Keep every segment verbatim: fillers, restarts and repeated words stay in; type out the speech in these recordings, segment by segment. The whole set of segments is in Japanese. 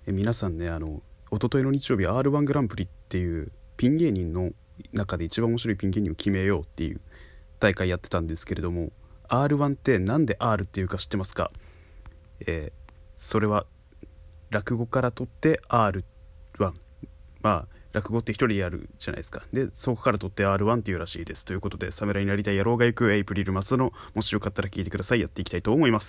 え皆さんね、あの一昨日の日曜日 アールワン グランプリっていうピン芸人の中で一番面白いピン芸人を決めようっていう大会やってたんですけれども、 アールワン ってなんで R っていうか知ってますか？えーそれは落語から取って アールワン、 まあ落語って一人でやるじゃないですか。でそこから取って アールワン っていうらしいです。ということで、侍になりたい野郎が行くエイプリル松田の、もしよかったら聞いてください。やっていきたいと思います。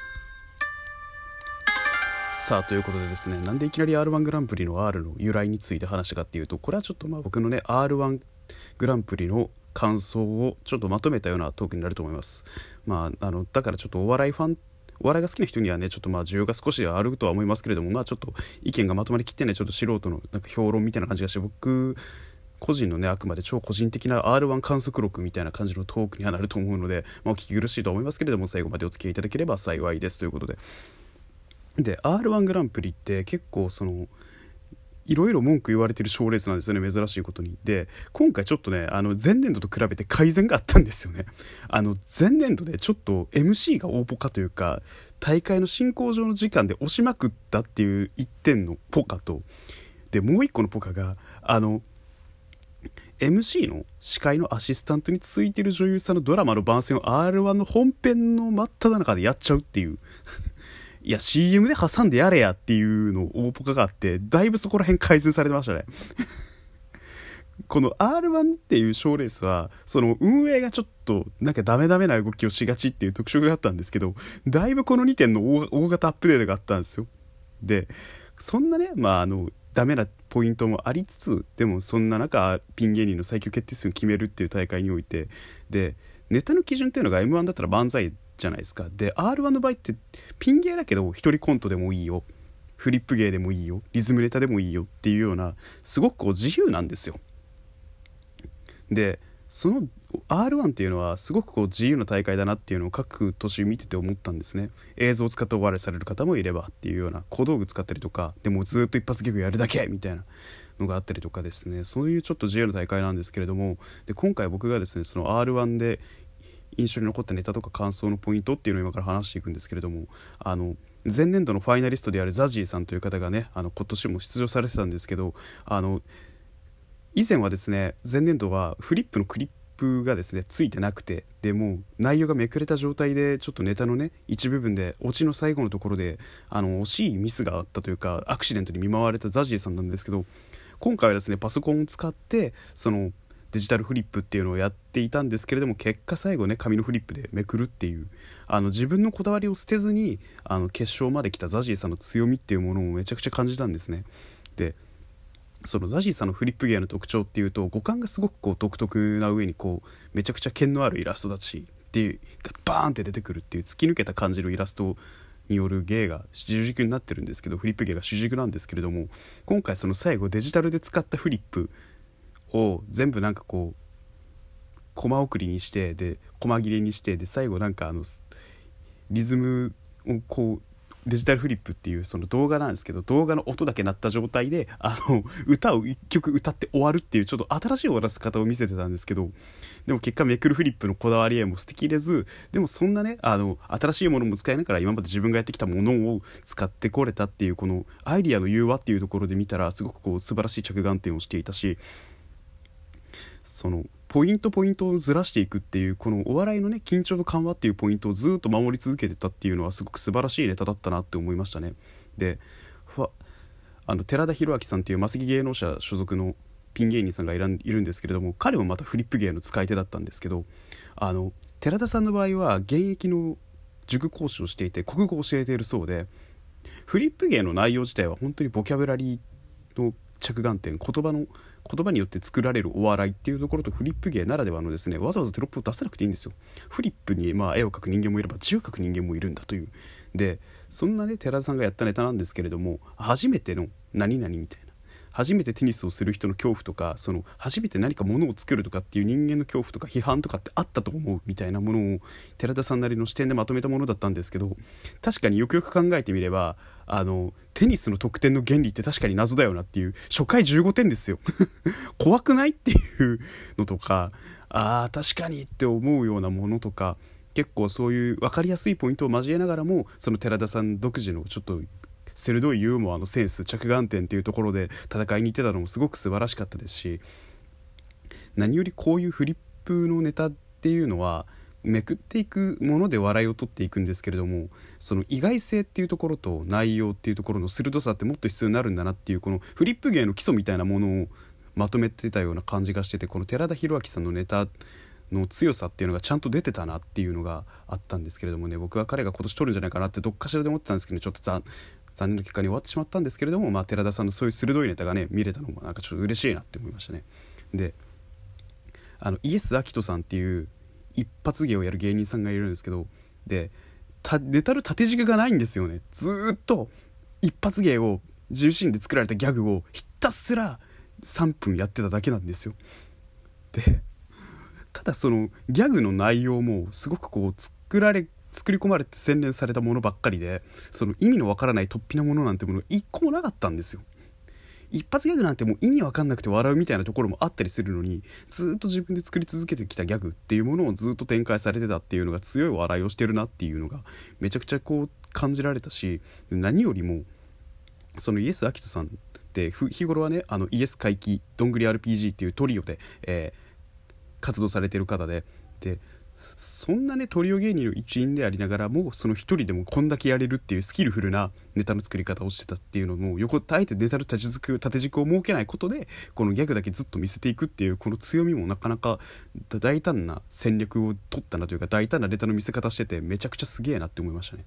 さあということでですね、なんでいきなり アールワン グランプリの R の由来について話したかっていうと、これはちょっとまあ僕のね アールワン グランプリの感想をちょっとまとめたようなトークになると思います。まああのだからちょっとお笑いファンお笑いが好きな人にはね、ちょっとまあ需要が少しあるとは思いますけれども、まあちょっと意見がまとまりきってないちょっと素人のなんか評論みたいな感じがして、僕個人のね、あくまで超個人的な アールワン 観測録みたいな感じのトークにはなると思うので、まあ、お聞き苦しいと思いますけれども、最後までお付き合いいただければ幸いですということで。で アールワン グランプリって結構そのいろいろ文句言われてる賞レースなんですよね、珍しいことに。で今回ちょっとね、あの前年度と比べて改善があったんですよね。あの前年度でちょっと エムシー が大ポカというか、大会の進行上の時間で押しまくったっていういってんのポカと、でもう一個のポカが、あの エムシー の司会のアシスタントについてる女優さんのドラマの番宣を アールワン の本編の真っ只中でやっちゃうっていういや シーエム で挟んでやれやっていうの大ポカがあって、だいぶそこら辺改善されてましたねこの アールワン っていう賞レースはその運営がちょっとなんかダメダメな動きをしがちっていう特色があったんですけど、だいぶこのにてんの 大, 大型アップデートがあったんですよ。でそんなね、まああのダメなポイントもありつつ、でもそんな中ピン芸人の最強決定戦を決めるっていう大会において、でネタの基準っていうのが エムワン だったら漫才じゃないですか。で アールワン の場合ってピン芸だけど一人コントでもいいよ、フリップ芸でもいいよ、リズムネタでもいいよっていうようなすごくこう自由なんですよ。でその アールワン っていうのはすごくこう自由な大会だなっていうのを各年見てて思ったんですね。映像を使ってお笑いされる方もいればっていうような、小道具使ったりとか、でもずっと一発ギャグやるだけみたいなのがあったりとかですね、そういうちょっと自由な大会なんですけれども、で今回僕がですねその アールワン で印象に残ったネタとか感想のポイントっていうのを今から話していくんですけれども、あの前年度のファイナリストであるザジーさんという方がね、あの今年も出場されてたんですけど、あの以前はですね、前年度はフリップのクリップがですねついてなくて、でもう内容がめくれた状態でちょっとネタのね一部分でオチの最後のところであの惜しいミスがあったというか、アクシデントに見舞われたザジーさんなんですけど、今回はですねパソコンを使ってそのデジタルフリップっていうのをやっていたんですけれども、結果最後ね紙のフリップでめくるっていう、あの自分のこだわりを捨てずにあの決勝まで来たザジーさんの強みっていうものをめちゃくちゃ感じたんですね。でそのザジーさんのフリップ芸の特徴っていうと、五感がすごくこう独特な上にこうめちゃくちゃ剣のあるイラストだしっていうがバーンって出てくるっていう突き抜けた感じるイラストによる芸が主軸になってるんですけど、フリップ芸が主軸なんですけれども、今回その最後デジタルで使ったフリップを全部なんかこうコマ送りにして、でコマ切れにして、で最後なんかあのリズムをこうデジタルフリップっていうその動画なんですけど、動画の音だけ鳴った状態であの歌を一曲歌って終わるっていうちょっと新しい終わらせ方を見せてたんですけど、でも結果めくるフリップのこだわり合いも捨てきれず、でもそんなねあの新しいものも使いながら今まで自分がやってきたものを使ってこれたっていう、このアイディアの融和っていうところで見たらすごくこう素晴らしい着眼点をしていたし、そのポイントポイントをずらしていくっていうこのお笑いのね緊張の緩和っていうポイントをずっと守り続けてたっていうのはすごく素晴らしいネタだったなって思いましたね。であの寺田裕明さんっていうマセキ芸能者所属のピン芸人さんがいるんですけれども、彼もまたフリップ芸の使い手だったんですけど、あの寺田さんの場合は現役の塾講師をしていて国語を教えているそうで、フリップ芸の内容自体は本当にボキャブラリーの着眼点、言葉の言葉によって作られるお笑いっていうところと、フリップ芸ならではのですね、わざわざテロップを出さなくていいんですよ。フリップにまあ絵を描く人間もいれば字を描く人間もいるんだという。でそんなね寺田さんがやったネタなんですけれども、初めての何々みたいな、初めてテニスをする人の恐怖とか、その初めて何かものを作るとかっていう人間の恐怖とか批判とかってあったと思うみたいなものを寺田さんなりの視点でまとめたものだったんですけど、確かによくよく考えてみればあのテニスの得点の原理って確かに謎だよなっていう、初回じゅうごてんですよ怖くないっていうのとか、あー確かにって思うようなものとか、結構そういう分かりやすいポイントを交えながらも、その寺田さん独自のちょっと鋭いユーモアのセンス、着眼点っていうところで戦いに行ってたのもすごく素晴らしかったですし、何よりこういうフリップのネタっていうのはめくっていくもので笑いを取っていくんですけれども、その意外性っていうところと内容っていうところの鋭さってもっと必要になるんだなっていう、このフリップ芸の基礎みたいなものをまとめてたような感じがしてて、この寺田裕明さんのネタの強さっていうのがちゃんと出てたなっていうのがあったんですけれどもね、僕は彼が今年取るんじゃないかなってどっかしらで思ってたんですけど、ね、ちょっと残残念な結果に終わってしまったんですけれども、まあ、寺田さんのそういう鋭いネタがね見れたのもなんかちょっと嬉しいなって思いましたね。で、あのイエス・アキトさんっていう一発芸をやる芸人さんがいるんですけど、でたネタの縦軸がないんですよね。ずーっと一発芸を自身で作られたギャグをひたすらさんぷんやってただけなんですよ。でただそのギャグの内容もすごくこう作られ作り込まれて洗練されたものばっかりで、その意味のわからない突飛なものなんてものが一個もなかったんですよ。一発ギャグなんてもう意味わかんなくて笑うみたいなところもあったりするのに、ずっと自分で作り続けてきたギャグっていうものをずっと展開されてたっていうのが強い笑いをしてるなっていうのがめちゃくちゃこう感じられたし、何よりもそのイエス・アキトさんって日頃はね、あのイエス怪奇どんぐり アールピージー っていうトリオで、えー活動されてる方で、でそんなねトリオ芸人の一員でありながらも、その一人でもこんだけやれるっていうスキルフルなネタの作り方をしてたっていうのも、横あえてネタの立ち軸縦軸を設けないことでこのギャグだけずっと見せていくっていうこの強みもなかなか大胆な戦略を取ったなというか、大胆なネタの見せ方しててめちゃくちゃすげえなって思いましたね。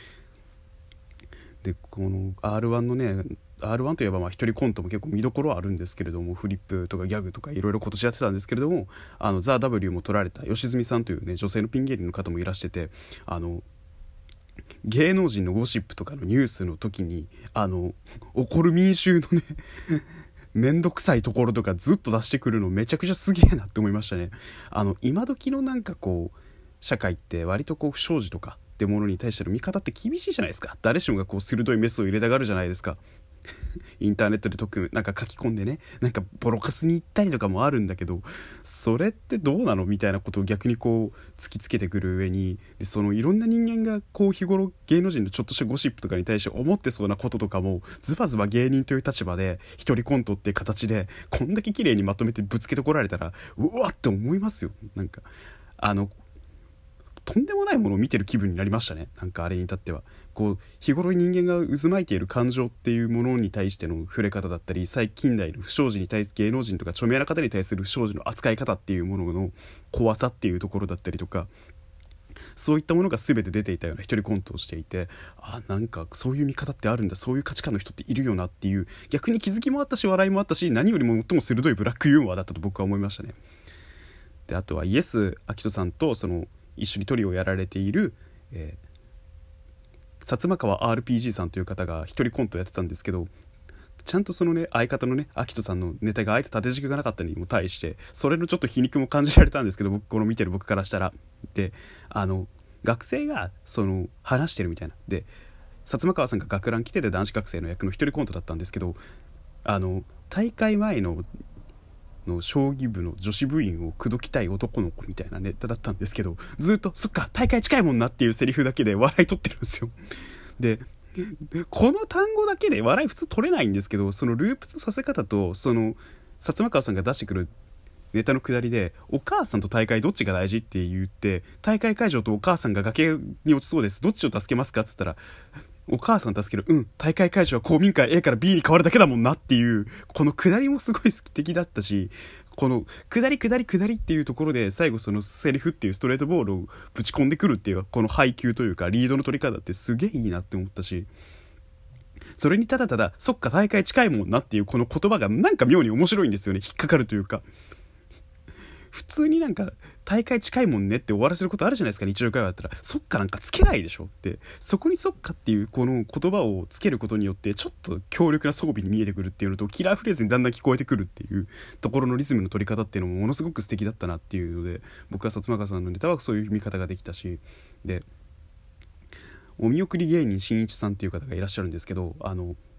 でこの アールワン のね アールワン といえばまあ一人コントも結構見どころはあるんですけれども、フリップとかギャグとかいろいろ今年やってたんですけれども、あのザ・ W も取られた吉住さんというね女性のピン芸人の方もいらしてて、あの芸能人のゴシップとかのニュースの時にあの起こる民衆のねめんどくさいところとかずっと出してくるのめちゃくちゃすげえなって思いましたね。あの今時のなんかこう社会って割とこう不祥事とかってものに対しての見方って厳しいじゃないですか。誰しもがこう鋭いメスを入れたがるじゃないですか。インターネットで特になんか書き込んでね、なんかボロカスに行ったりとかもあるんだけど、それってどうなのみたいなことを逆にこう突きつけてくる上に、でそのいろんな人間がこう日頃芸能人のちょっとしたゴシップとかに対して思ってそうなこととかもズバズバ芸人という立場で一人コントっていう形でこんだけ綺麗にまとめてぶつけてこられたら、うわって思いますよ。なんかあのとんでもないものを見てる気分になりましたね。なんかあれに至ってはこう日頃人間が渦巻いている感情っていうものに対しての触れ方だったり、最近代の不祥事に対する芸能人とか著名な方に対する不祥事の扱い方っていうものの怖さっていうところだったりとか、そういったものが全て出ていたような一人コントをしていて、あなんかそういう見方ってあるんだ、そういう価値観の人っているよなっていう、逆に気づきもあったし笑いもあったし、何よりも最も鋭いブラックユーモアだったと僕は思いましたね。であとはイエス・アキトさんとその一緒にトリをやられている、えー、薩摩川 アールピージー さんという方が一人コントやってたんですけど、ちゃんとそのね相方のねアキトさんのネタがあえて縦軸がなかったにも対してそれのちょっと皮肉も感じられたんですけど、僕この見てる僕からしたら、であの学生がその話してるみたいなで、薩摩川さんが学ラン来てて男子学生の役の一人コントだったんですけど、あの大会前のの将棋部の女子部員を口説きたい男の子みたいなネタだったんですけど、ずっとそっか大会近いもんなっていうセリフだけで笑い取ってるんですよ。でこの単語だけで笑い普通取れないんですけど、そのループのさせ方とその薩摩川さんが出してくるネタの下りで、お母さんと大会どっちが大事って言って、大会会場とお母さんが崖に落ちそうです、どっちを助けますかっつったら、お母さん助ける、うん大会会場は公民館 A から B に変わるだけだもんなっていう、この下りもすごい素敵だったし、この下り下り下りっていうところで最後そのセリフっていうストレートボールをぶち込んでくるっていうこの配球というかリードの取り方ってすげえいいなって思ったし、それにただただそっか大会近いもんなっていうこの言葉がなんか妙に面白いんですよね。引っかかるというか、普通になんか大会近いもんねって終わらせることあるじゃないですか、日常会話だったら。そっかなんかつけないでしょって、そこにそっかっていうこの言葉をつけることによってちょっと強力な装備に見えてくるっていうのと、キラーフレーズにだんだん聞こえてくるっていうところのリズムの取り方っていうのもものすごく素敵だったなっていうので、僕は薩摩川さんのネタはそういう見方ができたし、でお見送り芸人しんいちさんっていう方がいらっしゃるんですけど、あの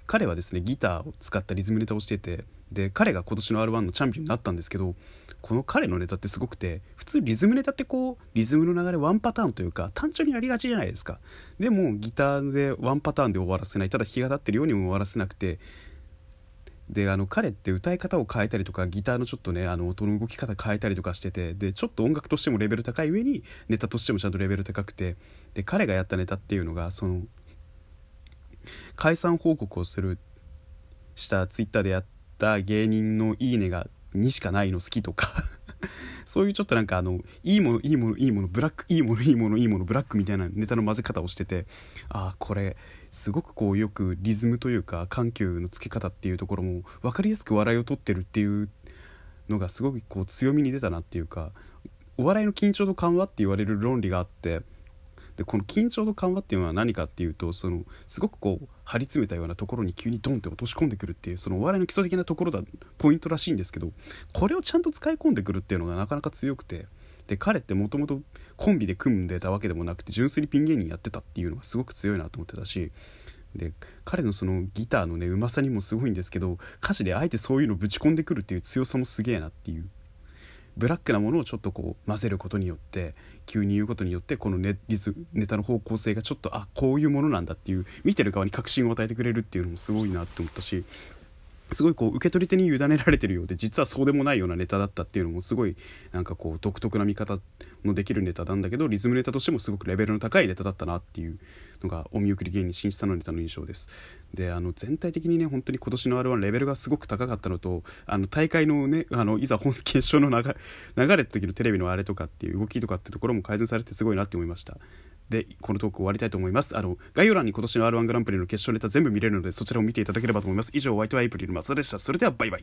彼はですねギターを使ったリズムネタをしていて、で彼が今年の アールワン のチャンピオンになったんですけど、この彼のネタってすごくて、普通リズムネタってこうリズムの流れワンパターンというか単調になりがちじゃないですか。でもギターでワンパターンで終わらせない、ただ日が立ってるようにも終わらせなくて、であの彼って歌い方を変えたりとかギターのちょっとねあの音の動き方変えたりとかしてて、でちょっと音楽としてもレベル高い上にネタとしてもちゃんとレベル高くて、で彼がやったネタっていうのがその解散報告をするしたツイッターでやった芸人のいいねがにしかないの好きとかそういうちょっとなんかあのいいものいいものいいものブラックいいものいいものいいものブラックみたいなネタの混ぜ方をしてて、ああこれすごくこうよくリズムというか緩急のつけ方っていうところも分かりやすく笑いを取ってるっていうのがすごくこう強みに出たなっていうか、お笑いの緊張と緩和って言われる論理があって、でこの緊張と緩和っていうのは何かっていうと、そのすごくこう張り詰めたようなところに急にドンって落とし込んでくるっていう、そのお笑いの基礎的なところだポイントらしいんですけど、これをちゃんと使い込んでくるっていうのがなかなか強くて、で彼ってもともとコンビで組んでたわけでもなくて純粋にピン芸人やってたっていうのがすごく強いなと思ってたし、で彼のそのギターのねうまさにもすごいんですけど、歌詞であえてそういうのぶち込んでくるっていう強さもすげえなっていう、ブラックなものをちょっとこう混ぜることによって急に言うことによってこの ネ, リズネタの方向性がちょっとあこういうものなんだっていう見てる側に確信を与えてくれるっていうのもすごいなって思ったし、すごいこう受け取り手に委ねられてるようで実はそうでもないようなネタだったっていうのもすごいなんかこう独特な見方のできるネタなんだけど、リズムネタとしてもすごくレベルの高いネタだったなっていうのがお見送り芸人しんいちさんのネタの印象です。であの全体的にね本当に今年の アールワン レベルがすごく高かったのと、あの大会のねあのいざ本決勝の流れ流れた時のテレビのあれとかっていう動きとかってところも改善されてすごいなって思いました。でこのトーク終わりたいと思います。あの概要欄に今年の アールワン グランプリの決勝ネタ全部見れるのでそちらを見ていただければと思います。以上お相手はエイプリル松田でした。それではバイバイ。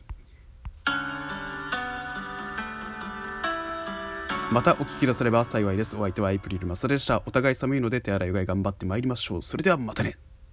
またお聞きくだされば幸いです。お相手はエイプリル松田でした。お互い寒いので手洗いうがい頑張ってまいりましょう。それではまたね。